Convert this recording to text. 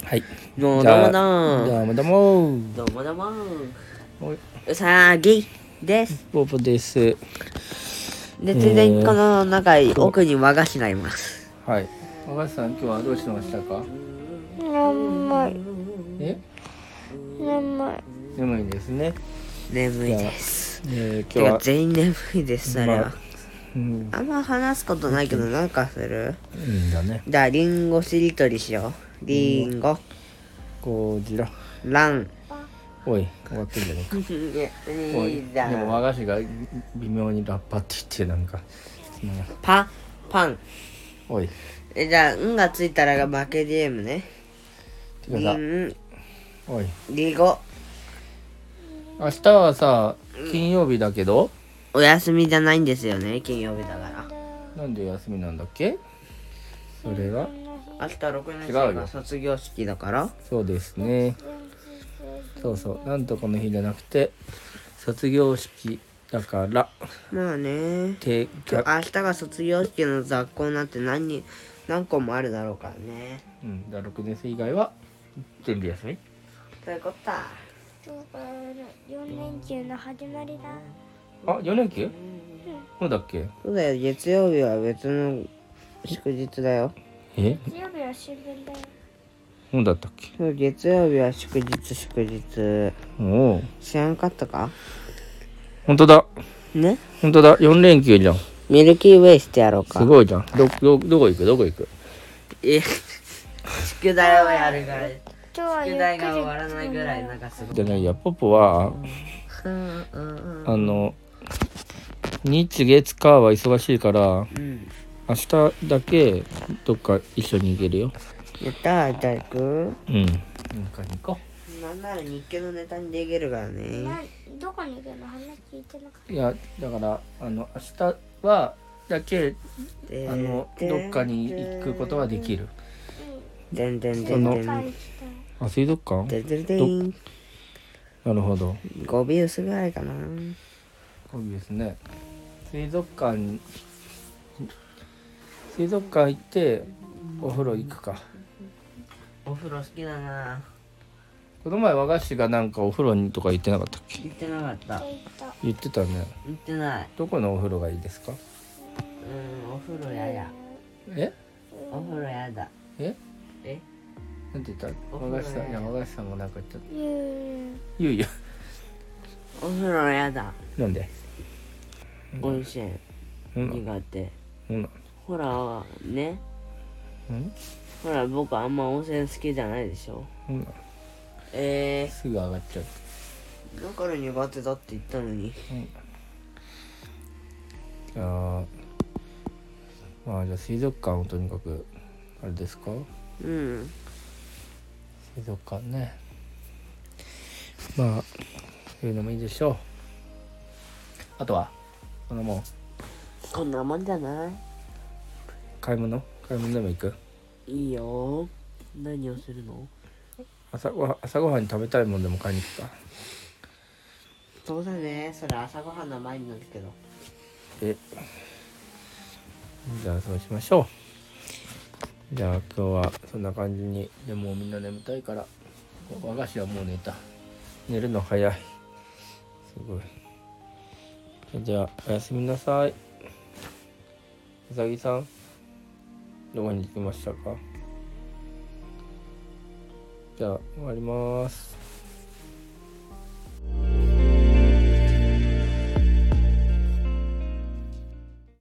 はい。 どうじゃあもどうもどうも。 どうもどうもおい、 うさぎですポポです。 で、ついでにこの中奥に和菓子がいます。 はい。和菓子さん、今日はどうしましたか？ 眠い。 え？ 眠い。 眠いですね。 眠いです。 今日てかは全員眠いです。それは、 あんま話すことないけどなんかする？ いいんだね。 じゃあリンゴしりとりしよう。リンゴこちら。 ランおい、終わってんじゃねえか。おい、 リーダでも和ー菓子が微妙にラッパって言ってなんか。 パン。 おい。 じゃあんがついたらが負けゲームね。 てかさ、おい。 リゴ明日はさ、金曜日だけど、 お休みじゃないんですよね、金曜日だから。 なんで休みなんだっけ？それは明日6年生が卒業式だから。 そうですね。そうそう、なんとこの日じゃなくて卒業式だからまあね、 明日が卒業式の雑魚なんて何個もあるだろうからね。 だから6年生以外は全部休み。 そういうことだ。 4連休の始まりだ。 あ、4連休？そうだっけ？ そうだよ、月曜日は別の祝日だよ。 え？ 月曜日は新聞だよ。 そうだったっけ？ そう、月曜日は祝日。 おお、 知らんかったか本当だ。 ね。 本当だ、4連休じゃん。 ミルキーウェイしてやろうか。 すごいじゃん。どこ行く？ 宿題をやるから。 今日はゆっ宿題が終くわらないぐらいなんかすごい。 じゃないや、ポポは日月火は忙しいから明日だけどっか一緒に行けるよ。 やったー、じゃあ行く？ 行こなんなら日記のネタにできるからね。 い。どこに行くの話聞いてなかっう。いや、だから明日はだけどっかに行くことはできる。 でんでんでた。 んで帰りん。 来あ、水族館？ でんでんでん。 なるほど。 5ビウスぐらいかな。 そうですね。水族館行ってお風呂行くか。 お風呂好きだな。 この前和菓子がなんかお風呂にとか言ってなかったっけ？ 行ってなかった。 た。行った。 言ってたね。 行ってない。 どこのお風呂がいいですか？ お風呂やだ。 え？ お風呂やだ。 え？ え？ なんて言った？ お風呂和菓子さん、いや和菓子さんがなんか言っちゃった。 ゆう。 ゆうお風呂やだ。 なんで？ 温泉うん苦手。 うんほらね。 うんほら僕あんま温泉好きじゃないでしょ。 うんすぐ上がっちゃう。 だから苦手だって言ったのに。 まあじゃあ水族館をとにかくあれですか？ 水族館ね。まあそういうのもいいでしょう。あとはこのもうこんなもんじゃない？ 買い物でも行く？ いいよ。何をするの？ 朝ごはんに食べたいもんでも買いに行くか。 そうだね。それ朝ごはんの前になるけど。 じゃあそうしましょう。じゃあ今日はそんな感じに。でもみんな眠たいから和菓子はもう寝るの早い。すごい。じゃあおやすみなさい。うさぎさんどこに行きましたか？じゃあ終わります。